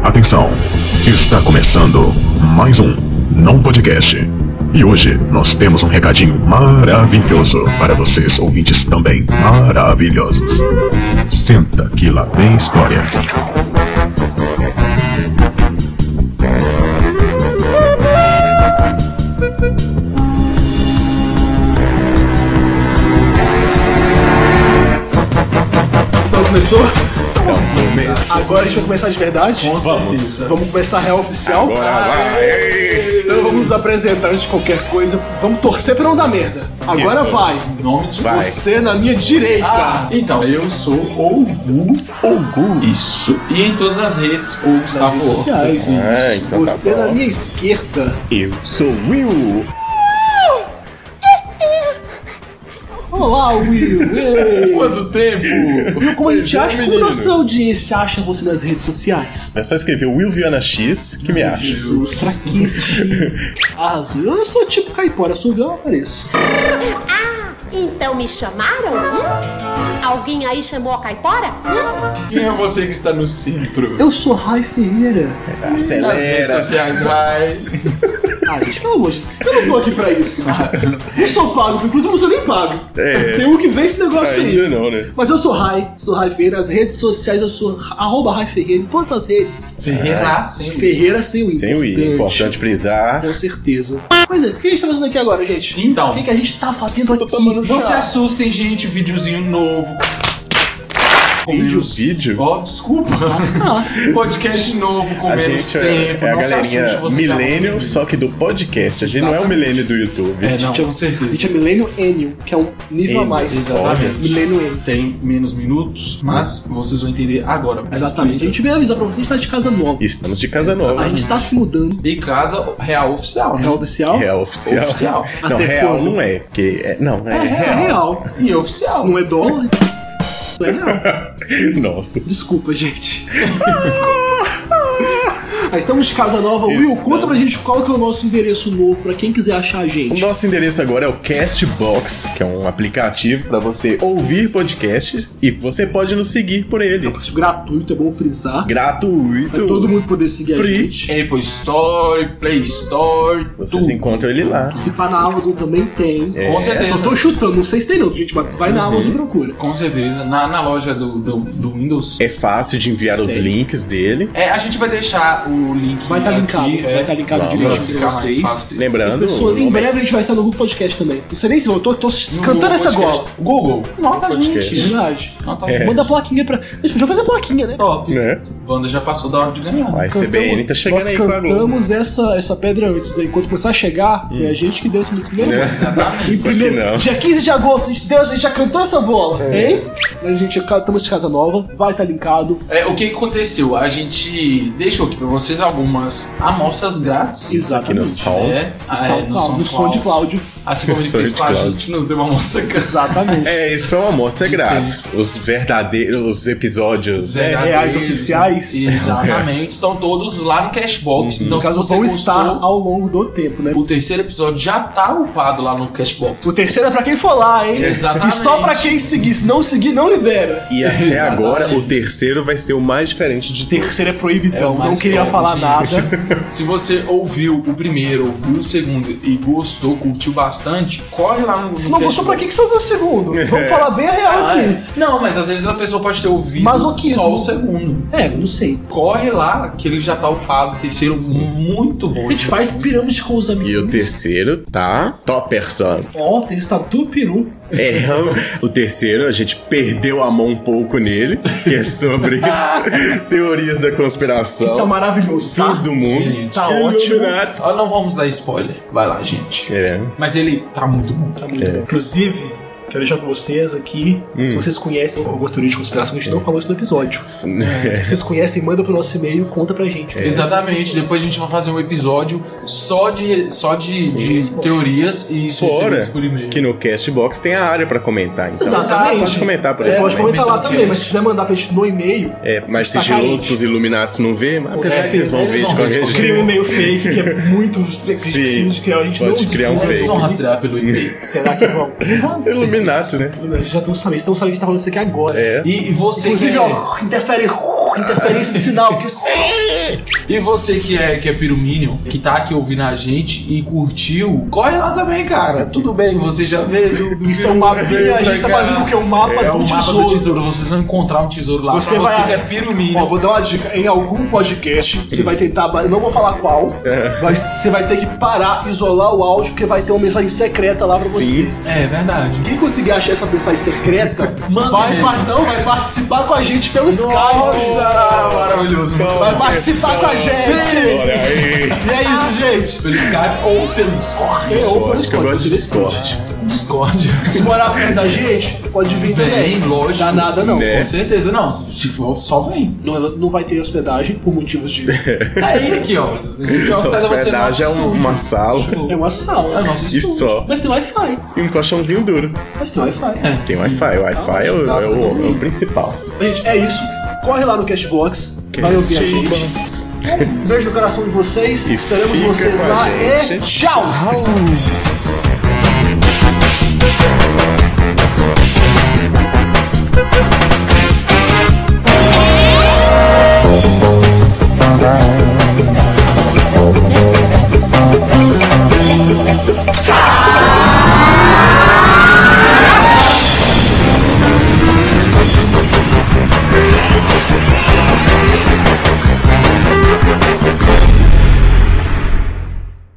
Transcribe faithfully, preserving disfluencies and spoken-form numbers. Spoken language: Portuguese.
Atenção, está começando mais um Não Podcast. E hoje nós temos um recadinho maravilhoso para vocês, ouvintes também maravilhosos. Senta que lá vem história. Então começou? Então, Agora a gente vai começar de verdade? Com vamos. Vamos começar a real oficial? Agora vai. Então vamos nos apresentar antes de qualquer coisa. Vamos torcer pra não dar merda. Agora Isso. vai. Em nome de Vai. Você na minha direita. Ah, então, eu sou o Gu. Ogu. Isso. E em todas as redes, o Gustavo Redes sociais. Ah, então tá Você bom. na minha esquerda. Eu sou Will. Olá, Will. Ei. Quanto tempo? Will, como a gente Pois é, acha? Como menino. nossa audiência acha você nas redes sociais? É só escrever Will Viana X que me acha. Jesus, pra que esse X? Arrasou. Eu sou tipo caipora, sou eu, eu apareço. Ah, então me chamaram? Hum? Alguém aí chamou a caipora? Hum? Quem é você que está no centro? Eu sou Rai Ferreira. Nas redes Acelera. sociais, vai. Ah, gente, pelo amor de Deus, eu não tô aqui pra isso. Não sou pago, inclusive eu não sou nem pago. É. Tem um que vem esse negócio aí. Ainda não, né? Mas eu sou Rai, sou Rai Ferreira. As redes sociais eu sou arroba Rai Ferreira em todas as redes. Ferreira, sim. Ferreira sem o I. Sem o I. Importante frisar. Com certeza. Pois é, o que a gente tá fazendo aqui agora, gente? Então, O que, que a gente tá fazendo aqui? não se assustem, gente. Videozinho novo. Vídeo, vídeo. Ó, desculpa. Podcast novo com A menos gente tempo. é, é a não se assuste, galerinha você já milênio, vai só que do podcast. A gente não é o Exatamente. milênio do YouTube. É, não, com A gente certeza. é Millennium Ennium, que é um nível a Ennium, mais. Exatamente. Millennium Ennium. Tem menos minutos, mas vocês vão entender agora. Exatamente. A gente veio avisar pra vocês que a gente tá de casa nova. Estamos de casa nova. A gente tá se mudando. E casa real oficial, né? Real oficial? Real oficial. Oficial. Não, Até real quando? não é, porque. É, não, é, É real. real. E oficial. Não é dólar? Não é real. Nossa. Desculpa, gente. Desculpa. Aí estamos de casa nova. Will, Estamos. conta pra gente qual que é o nosso endereço novo pra quem quiser achar a O gente. nosso endereço agora é o Castbox, que é um aplicativo para você ouvir podcasts e você pode nos seguir por ele. Isso gratuito, é bom frisar. Gratuito. Pra todo mundo poder seguir Free. a gente. Apple Store, Play Store, Vocês tudo. encontram ele lá. Se pá na Amazon também tem. É. Com É, certeza. só tô chutando, não sei se tem não, gente, mas vai na Amazon e procura. Com certeza. Na, na loja do, do, do Windows. É fácil de enviar os Sei. links dele. É, a gente vai deixar o link Vai estar aqui. linkado, é, vai estar linkado Vamos. direitinho pra pra ficar mais vocês. fácil. Lembrando. Pessoas, o em nome- breve a gente vai estar no Google Podcast também. Não sei nem se eu tô, tô No cantando essa podcast. gola. Google. Nota a Podcast. gente. Verdade. Nota a É. gente. Manda a plaquinha pra. Eles podiam fazer a plaquinha, né? Top. Né? Wanda já passou da hora de ganhar. A S B N tá chegando nós aí com a Globo. cantamos essa, essa pedra antes. Aí, quando começar a chegar, foi a gente que deu esse primeiro É. gol. Exatamente. Em primeiro, Só que não. dia quinze de agosto, a gente, deu, a gente já cantou essa bola, É. hein? Mas a gente já estamos de casa nova, vai estar linkado. É, o que que aconteceu? A gente deixou aqui pra vocês algumas amostras grátis. Aqui no Sound. É, ah, é, Sound Cloud, no som de Cláudio. Assim como ele Som fez de com a Cláudio. gente, nos deu uma amostra grátis. Exatamente. É, isso foi uma amostra grátis. Os verdadeiros os episódios. É, reais oficiais. Exatamente. Estão todos lá no Cashbox. Uhum. Então, No caso, se você vão gostou, estar ao longo do tempo, né? o terceiro episódio já tá upado lá no Cashbox. O terceiro é pra quem for lá, hein? Exatamente. E só pra quem seguir. Se não seguir, não libera. E até Exatamente. agora, o terceiro vai ser o mais diferente de O terceiro é É proibidão, o não mais queria top, falar gente. nada. Se você ouviu o primeiro, ouviu o segundo e gostou, curtiu bastante, corre lá no, no Se não gostou, pra Cashbox. que que você ouviu o segundo? Vamos falar bem a real Ah, aqui. é. Não, mas às vezes a pessoa pode ter ouvido Masoquismo. só o segundo. É, não sei. Corre lá, que ele já tá upado. O terceiro, muito bom. A gente faz pirâmide com os amigos. E o terceiro tá topperson. Ó, tem estatu peru. É, o terceiro a gente perdeu a mão um pouco nele, que é sobre teorias da conspiração, Tá maravilhoso, tá? fins do mundo. Gente, Tá ótimo. Illuminati. Ó, não vamos dar spoiler. Vai lá, gente. É. Mas ele tá muito bom. Tá muito É. bom. Inclusive, quero deixar pra vocês aqui, Hum. se vocês conhecem algumas teorias de conspiração, a gente não falou isso no episódio. Se vocês conhecem, manda pro nosso e-mail, conta pra gente. É. Exatamente. Depois a gente vai fazer um episódio só de, só de, de resposta. teorias e isso Fora recebidos por e-mail. que no Castbox tem a área pra comentar. Então Exatamente. você pode comentar por Você aí. pode comentar lá Comentando também, que- mas se quiser mandar pra gente no e-mail, É mais Tá sigiloso carente. pros Illuminati não ver, mas apesar certeza, que eles vão eles ver de vão ver de qualquer qualquer cria um jeito. e-mail fake que é muito difícil de criar. A gente Pode não criar um descobre. Eles vão fake. rastrear pelo e-mail. Será que vão? Illuminati, né? Vocês já estão sabendo, estão sabendo que a gente tá falando isso aqui agora. É. E, e você Inclusive, que... ó, interfere interferência de sinal. Que... E você que é, que é piruminion, que tá aqui ouvindo a gente e curtiu, corre lá também, cara. Tudo bem, você já veio do Isso é um mapa. A gente tá fazendo o que? Um mapa é do um tesouro. mapa do tesouro. Vocês vão encontrar um tesouro lá. Você pra vai... você que é piruminion. Ó, vou dar uma dica. Em algum podcast, você vai tentar... Eu não vou falar qual. Mas você vai ter que parar, isolar o áudio, porque vai ter uma mensagem secreta lá pra você. É verdade. Quem conseguir achar essa mensagem secreta, Manda vai, mesmo. par- não, vai participar com a gente pelo Skype. Nossa, maravilhoso. Muito Vai bom. participar com a gente. Olha aí. E é isso, gente. Pelo Skype ou pelo Discord. É, ou pelo Acho que eu Discord. gosto de Discord. Discord. Se morar perto da gente, pode vir também. Vem, lógico. Dá nada não. Né? Com certeza. Não, se for, só vem. Não, não vai ter hospedagem por motivos de... Aí, aqui, ó. A gente já hospeda você no nosso Hospedagem é estúdio. uma sala É uma sala. É nosso e estúdio. só. Mas tem Wi-Fi. E um colchãozinho duro. Mas tem Wi-Fi. É. Tem Wi-Fi. O Wi-Fi é, o, é o- é o principal. Gente, é isso. Corre lá no Castbox. Vai ouvir a gente. Um beijo no coração de vocês. E Esperamos fica vocês com a lá. E gente. tchau!